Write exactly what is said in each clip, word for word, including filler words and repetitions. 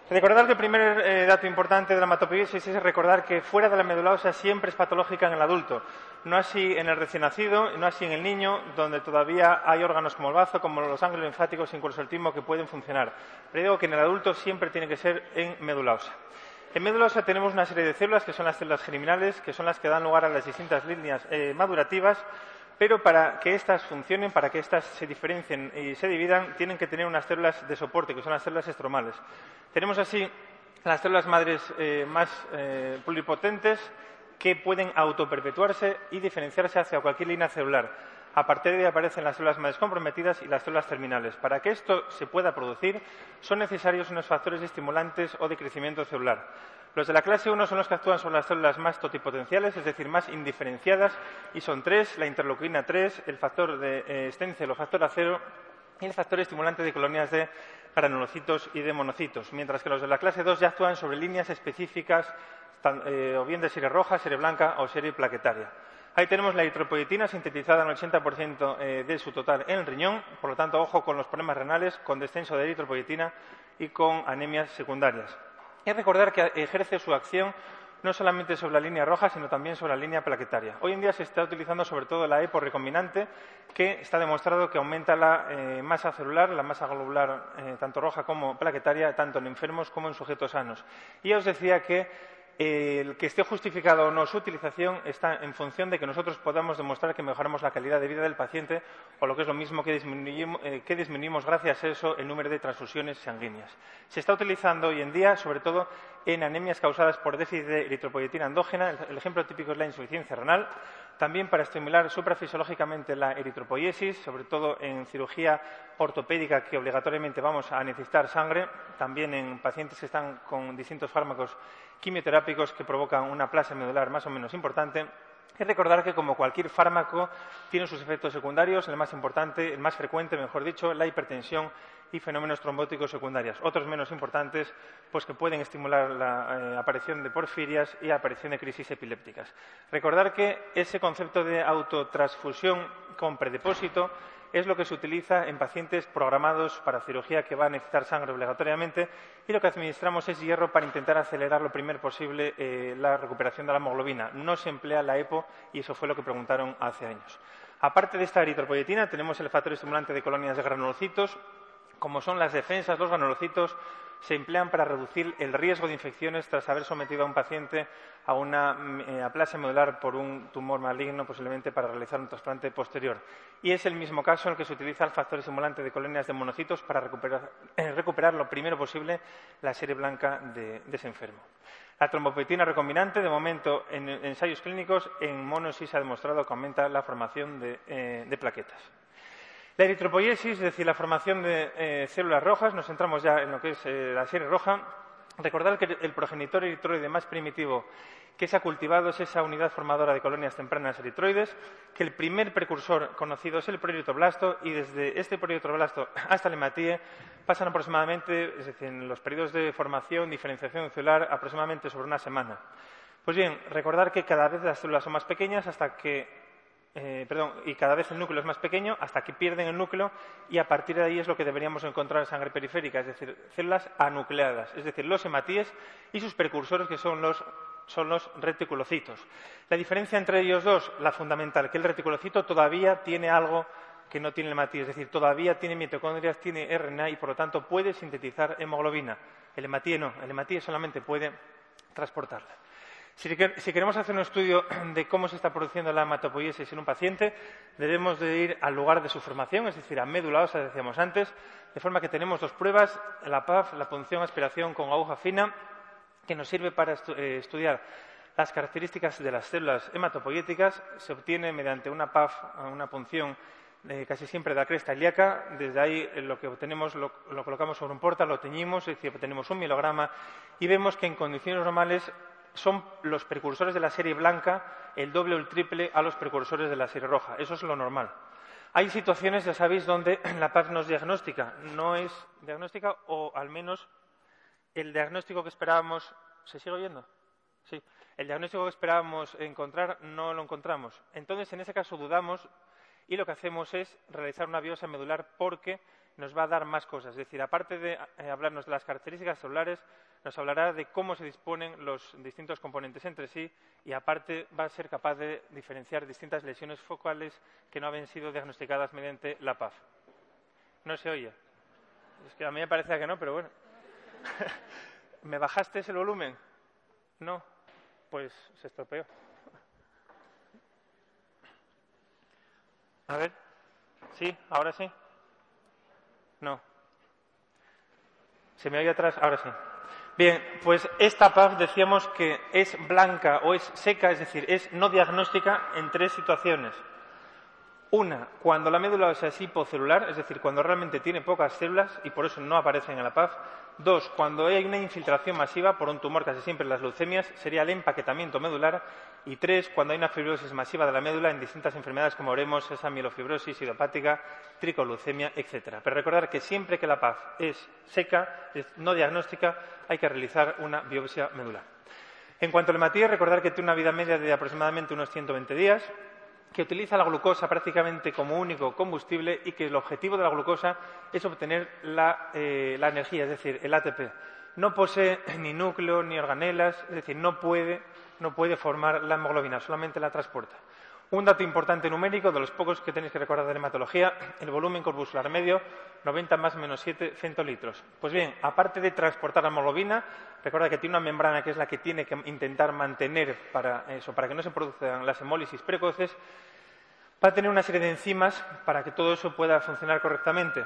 Recordar que el primer eh, dato importante de la hematopoiesis es recordar que fuera de la médula ósea siempre es patológica en el adulto. No así en el recién nacido, no así en el niño, donde todavía hay órganos como el bazo, como los ganglios linfáticos, incluso el timo, que pueden funcionar. Pero digo que en el adulto siempre tiene que ser en médula ósea. En médula ósea tenemos una serie de células que son las células germinales, que son las que dan lugar a las distintas líneas eh, madurativas, pero para que éstas funcionen, para que éstas se diferencien y se dividan, tienen que tener unas células de soporte, que son las células estromales. Tenemos así las células madres eh, más eh, pluripotentes que pueden autoperpetuarse y diferenciarse hacia cualquier línea celular. A partir de ahí aparecen las células madres comprometidas y las células terminales. Para que esto se pueda producir, son necesarios unos factores estimulantes o de crecimiento celular. Los de la clase uno son los que actúan sobre las células más totipotenciales, es decir, más indiferenciadas, y son tres: la interleuquina tres, el factor de eh, Stenzel o factor acero y el factor estimulante de colonias de granulocitos y de monocitos, mientras que los de la clase dos ya actúan sobre líneas específicas, tan, eh, o bien de serie roja, serie blanca o serie plaquetaria. Ahí tenemos la eritropoyetina sintetizada en el ochenta por ciento eh, de su total en el riñón, por lo tanto, ojo con los problemas renales, con descenso de eritropoyetina y con anemias secundarias. Y recordar que ejerce su acción no solamente sobre la línea roja, sino también sobre la línea plaquetaria. Hoy en día se está utilizando sobre todo la EPO recombinante, que está demostrado que aumenta la eh, masa celular, la masa globular, eh, tanto roja como plaquetaria, tanto en enfermos como en sujetos sanos. Y ya os decía que el que esté justificado o no su utilización está en función de que nosotros podamos demostrar que mejoramos la calidad de vida del paciente, o lo que es lo mismo, que disminuimos, eh, que disminuimos gracias a eso el número de transfusiones sanguíneas. Se está utilizando hoy en día, sobre todo en anemias causadas por déficit de eritropoyetina endógena. El, el ejemplo típico es la insuficiencia renal. También para estimular suprafisiológicamente la eritropoiesis, sobre todo en cirugía ortopédica, que obligatoriamente vamos a necesitar sangre, también en pacientes que están con distintos fármacos quimioterápicos que provocan una aplasia medular más o menos importante. Y recordar que, como cualquier fármaco, tiene sus efectos secundarios, el más importante, el más frecuente, mejor dicho, la hipertensión y fenómenos trombóticos secundarios. Otros menos importantes, pues que pueden estimular la eh, aparición de porfirias y aparición de crisis epilépticas. Recordar que ese concepto de autotransfusión con predepósito es lo que se utiliza en pacientes programados para cirugía que van a necesitar sangre obligatoriamente, y lo que administramos es hierro para intentar acelerar lo primero posible eh, la recuperación de la hemoglobina. No se emplea la EPO, y eso fue lo que preguntaron hace años. Aparte de esta eritropoyetina, tenemos el factor estimulante de colonias de granulocitos. Como son las defensas, los granulocitos se emplean para reducir el riesgo de infecciones tras haber sometido a un paciente a una eh, aplasia medular por un tumor maligno, posiblemente para realizar un trasplante posterior. Y es el mismo caso en el que se utiliza el factor estimulante de colonias de monocitos para recuperar, eh, recuperar lo primero posible la serie blanca de, de ese enfermo. La trombopoyetina recombinante, de momento, en ensayos clínicos, en monos sí se ha demostrado que aumenta la formación de, eh, de plaquetas. La eritropoiesis, es decir, la formación de eh, células rojas, nos centramos ya en lo que es eh, la serie roja. Recordad que el progenitor eritroide más primitivo que se ha cultivado es esa unidad formadora de colonias tempranas eritroides, que el primer precursor conocido es el proeritroblasto, y desde este proeritroblasto hasta la hematíe pasan aproximadamente, es decir, en los periodos de formación, diferenciación celular, aproximadamente sobre una semana. Pues bien, recordar que cada vez las células son más pequeñas hasta que Eh, perdón, y cada vez el núcleo es más pequeño hasta que pierden el núcleo, y a partir de ahí es lo que deberíamos encontrar en sangre periférica, es decir, células anucleadas, es decir, los hematíes y sus precursores, que son los, son los reticulocitos. La diferencia entre ellos dos, la fundamental, que el reticulocito todavía tiene algo que no tiene el hematíe, es decir, todavía tiene mitocondrias, tiene R N A y por lo tanto puede sintetizar hemoglobina. El hematíe no, el hematíe solamente puede transportarla. Si queremos hacer un estudio de cómo se está produciendo la hematopoiesis en un paciente, debemos de ir al lugar de su formación, es decir, a médula ósea, decíamos antes, de forma que tenemos dos pruebas, la P A F, la punción aspiración con aguja fina, que nos sirve para estu eh, estudiar las características de las células hematopoyéticas. Se obtiene mediante una P A F, una punción eh, casi siempre de la cresta ilíaca. Desde ahí eh, lo que obtenemos lo, lo colocamos sobre un porta, lo teñimos, es decir, obtenemos un mielograma, y vemos que en condiciones normales son los precursores de la serie blanca el doble o el triple a los precursores de la serie roja. Eso es lo normal. Hay situaciones, ya sabéis, donde la P A F no es diagnóstica, no es diagnóstica, o al menos el diagnóstico que esperábamos. ¿Se sigue oyendo? Sí. El diagnóstico que esperábamos encontrar no lo encontramos. Entonces, en ese caso dudamos, y lo que hacemos es realizar una biopsia medular, porque nos va a dar más cosas. Es decir, aparte de eh, hablarnos de las características celulares, nos hablará de cómo se disponen los distintos componentes entre sí y, aparte, va a ser capaz de diferenciar distintas lesiones focales que no habían sido diagnosticadas mediante la P A F. ¿No se oye? Es que a mí me parecía que no, pero bueno. ¿Me bajaste el volumen? No. Pues se estropeó. A ver. ¿Sí? ¿Ahora sí? No. ¿Se me oye atrás? Ahora sí. Bien, pues esta P A F decíamos que es blanca o es seca, es decir, es no diagnóstica en tres situaciones. Una, cuando la médula ósea es hipocelular, es decir, cuando realmente tiene pocas células y por eso no aparecen en la P A F. Dos, cuando hay una infiltración masiva por un tumor, casi siempre las leucemias, sería el empaquetamiento medular. Y tres, cuando hay una fibrosis masiva de la médula en distintas enfermedades, como veremos, esa mielofibrosis idiopática, tricoleucemia, etcétera. Pero recordar que siempre que la P A F es seca, es no diagnóstica, hay que realizar una biopsia medular. En cuanto al hematíes, recordar que tiene una vida media de aproximadamente unos ciento veinte días, que utiliza la glucosa prácticamente como único combustible y que el objetivo de la glucosa es obtener la, eh, la energía, es decir, el A T P. No posee ni núcleo ni organelas, es decir, no puede, no puede formar la hemoglobina, solamente la transporta. Un dato importante numérico, de los pocos que tenéis que recordar de hematología, el volumen corpuscular medio, noventa más menos siete centilitros. Pues bien, aparte de transportar la hemoglobina, recuerda que tiene una membrana que es la que tiene que intentar mantener para eso, para que no se produzcan las hemólisis precoces, va a tener una serie de enzimas para que todo eso pueda funcionar correctamente.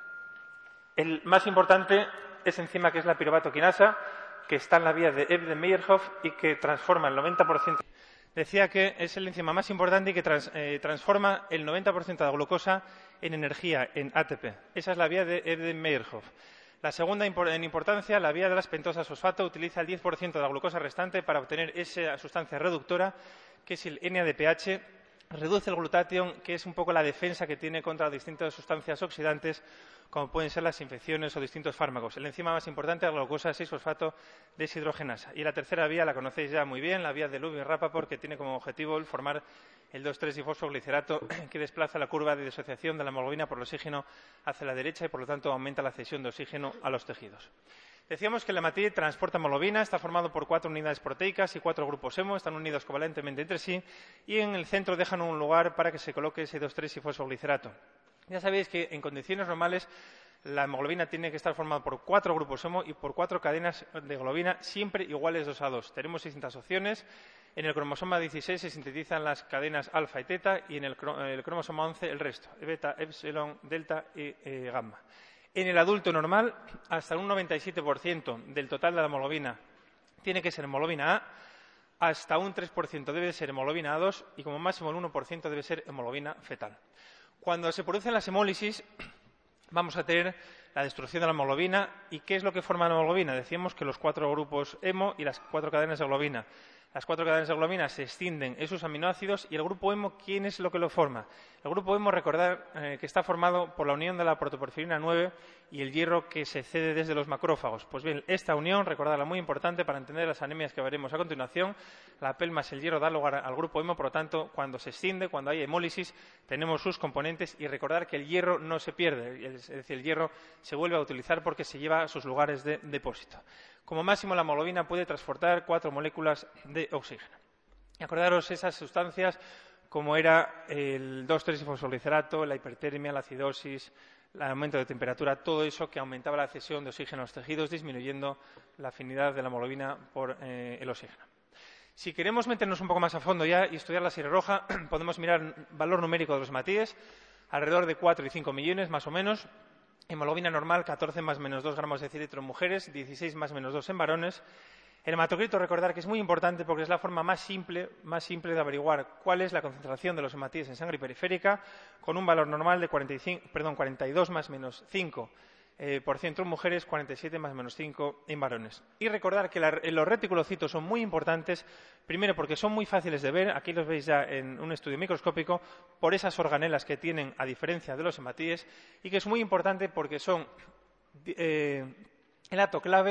El más importante es enzima que es la piruvato quinasa, que está en la vía de Ebden-Meyerhof y que transforma el noventa por ciento. Decía que es el enzima más importante y que trans, eh, transforma el noventa por ciento de la glucosa en energía, en A T P. Esa es la vía de Ebden-Meyerhof. La segunda en importancia, la vía de las pentosas fosfato, utiliza el diez por ciento de la glucosa restante para obtener esa sustancia reductora, que es el N A D P H. Reduce el glutatión, que es un poco la defensa que tiene contra distintas sustancias oxidantes, como pueden ser las infecciones o distintos fármacos. El enzima más importante es la glucosa seis fosfato deshidrogenasa. Y la tercera vía la conocéis ya muy bien, la vía de Lubin-Rappaport, que tiene como objetivo el formar el dos tres difosfoglicerato, que desplaza la curva de disociación de la hemoglobina por el oxígeno hacia la derecha y, por lo tanto, aumenta la cesión de oxígeno a los tejidos. Decíamos que el hematíe transporta hemoglobina, está formado por cuatro unidades proteicas y cuatro grupos hemo, están unidos covalentemente entre sí y en el centro dejan un lugar para que se coloque ese dos tres difosfoglicerato. Ya sabéis que en condiciones normales la hemoglobina tiene que estar formada por cuatro grupos hemo y por cuatro cadenas de globina siempre iguales dos a dos. Tenemos distintas opciones. En el cromosoma dieciséis se sintetizan las cadenas alfa y teta y en el, el cromosoma once el resto, beta, epsilon, delta y eh, gamma. En el adulto normal, hasta un noventa y siete por ciento del total de la hemoglobina tiene que ser hemoglobina A, hasta un tres por ciento debe ser hemoglobina A dos y como máximo el uno por ciento debe ser hemoglobina fetal. Cuando se producen las hemólisis, vamos a tener la destrucción de la hemoglobina. ¿Y qué es lo que forma la hemoglobina? Decíamos que los cuatro grupos hemo y las cuatro cadenas de globina. Las cuatro cadenas de globina se extienden esos aminoácidos y el grupo hemo, ¿quién es lo que lo forma? El grupo hemo, recordad eh, que está formado por la unión de la protoporfirina nueve y el hierro que se cede desde los macrófagos. Pues bien, esta unión, recordadla, muy importante para entender las anemias que veremos a continuación. La P E L más el hierro da lugar al grupo hemo, por lo tanto, cuando se extiende, cuando hay hemólisis, tenemos sus componentes y recordar que el hierro no se pierde, es decir, el hierro se vuelve a utilizar porque se lleva a sus lugares de depósito. Como máximo, la hemoglobina puede transportar cuatro moléculas de oxígeno. Y acordaros esas sustancias como era el dos tres difosfoglicerato, la hipertermia, la acidosis, el aumento de temperatura, todo eso que aumentaba la cesión de oxígeno a los tejidos, disminuyendo la afinidad de la hemoglobina por eh, el oxígeno. Si queremos meternos un poco más a fondo ya y estudiar la serie roja, podemos mirar el valor numérico de los hematíes, alrededor de cuatro y cinco millones más o menos. Hemoglobina normal, catorce más menos dos gramos de cilitro en mujeres, dieciséis más menos dos en varones. El hematocrito, recordar que es muy importante porque es la forma más simple, más simple de averiguar cuál es la concentración de los hematíes en sangre periférica, con un valor normal de cuarenta y cinco, perdón, cuarenta y dos más menos cinco eh, por ciento en mujeres, cuarenta y siete más menos cinco en varones. Y recordar que la, los reticulocitos son muy importantes, primero porque son muy fáciles de ver, aquí los veis ya en un estudio microscópico, por esas organelas que tienen a diferencia de los hematíes, y que es muy importante porque son eh, el dato clave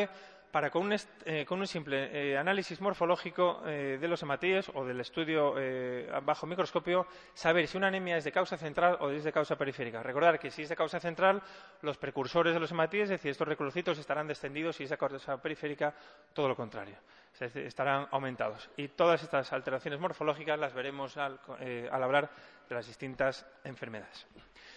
para con un, eh, con un simple eh, análisis morfológico eh, de los hematíes o del estudio eh, bajo microscopio, saber si una anemia es de causa central o es de causa periférica. Recordar que si es de causa central, los precursores de los hematíes, es decir, estos recolocitos estarán descendidos, y si es de causa periférica, todo lo contrario, es decir, estarán aumentados. Y todas estas alteraciones morfológicas las veremos al, eh, al hablar de las distintas enfermedades.